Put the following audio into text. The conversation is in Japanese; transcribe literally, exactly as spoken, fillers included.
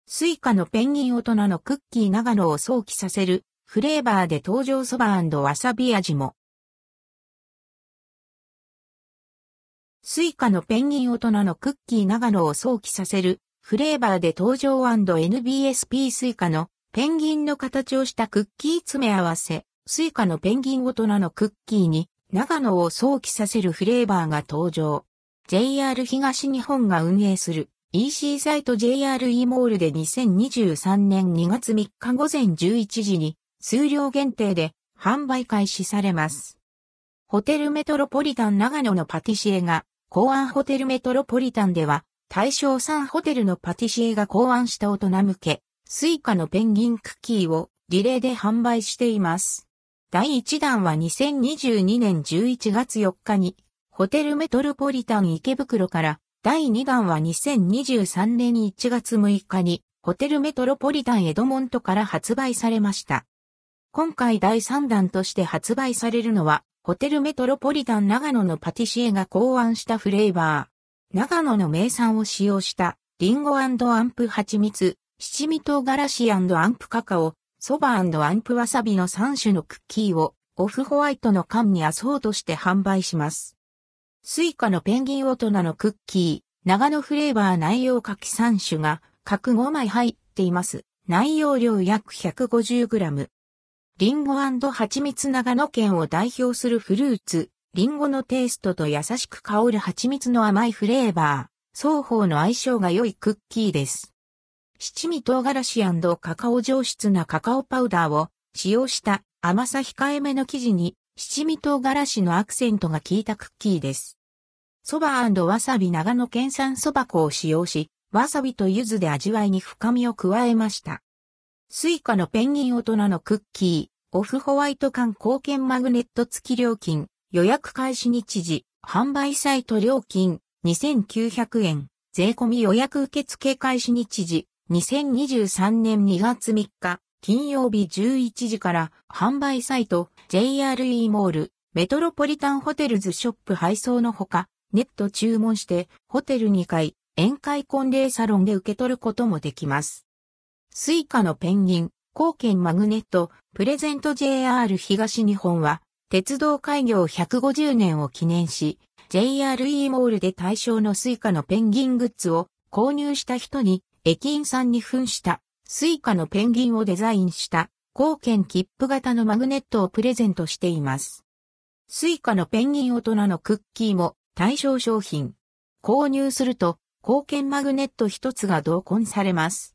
スイカのペンギン大人のクッキー長野を想起させるフレーバーで登場そば&わさび味も。スイカのペンギン大人のクッキー長野を想起させるフレーバーで登場 &エヌビーエスピー スイカのペンギンの形をしたクッキー詰め合わせ。スイカのペンギン大人のクッキーに長野を想起させるフレーバーが登場。ジェイアール 東日本が運営する イーシー サイト ジェイアールイー モールでにせんにじゅうさんねんにがつみっか午前じゅういちじに数量限定で販売開始されます。ホテルメトロポリタン長野のパティシエが考案ホテルメトロポリタンでは大正さんホテルのパティシエが考案した大人向けスイカのペンギンクッキーをリレーで販売しています。だいいちだんはにせんにじゅうにねんじゅういちがつよっかにホテルメトロポリタン池袋からだいにだんはにせんにじゅうさんねんいちがつむいかにホテルメトロポリタンエドモントから発売されました。今回だいさんだんとして発売されるのはホテルメトロポリタン長野のパティシエが考案したフレーバー。長野の名産を使用したリンゴ&アンプ蜂蜜、七味唐辛子&アンプカカオ、そば&アンプわさびのさんしゅのクッキーをオフホワイトの缶にアソートして販売します。スイカのペンギン大人のクッキー、長野フレーバー内容書きさんしゅが各ごまい入っています。内容量約 ひゃくごじゅうグラム。リンゴ&蜂蜜長野県を代表するフルーツ、リンゴのテイストと優しく香る蜂蜜の甘いフレーバー、双方の相性が良いクッキーです。七味唐辛子&カカオ上質なカカオパウダーを使用した甘さ控えめの生地に七味唐辛子のアクセントが効いたクッキーです。そば&わさび長野県産そば粉を使用し、わさびと柚子で味わいに深みを加えました。スイカのペンギン大人のクッキー、オフホワイト缶硬券マグネット付き料金、予約開始日時、販売サイト料金、にせんきゅうひゃくえん、税込み予約受付開始日時、にせんにじゅうさんねんにがつみっか、金曜日じゅういちじから販売サイト ジェイアールイー モール、メトロポリタンホテルズショップ配送のほか、ネット注文してホテルにかい、宴会婚礼サロンで受け取ることもできます。スイカのペンギン、硬券マグネット、プレゼント ジェイアール 東日本は、鉄道開業ひゃくごじゅうねんを記念し、ジェイアールイー モールで対象のスイカのペンギングッズを購入した人に、駅員さんに扮したスイカのペンギンをデザインした硬券切符型のマグネットをプレゼントしています。スイカのペンギン大人のクッキーも対象商品。購入すると硬券マグネット一つが同梱されます。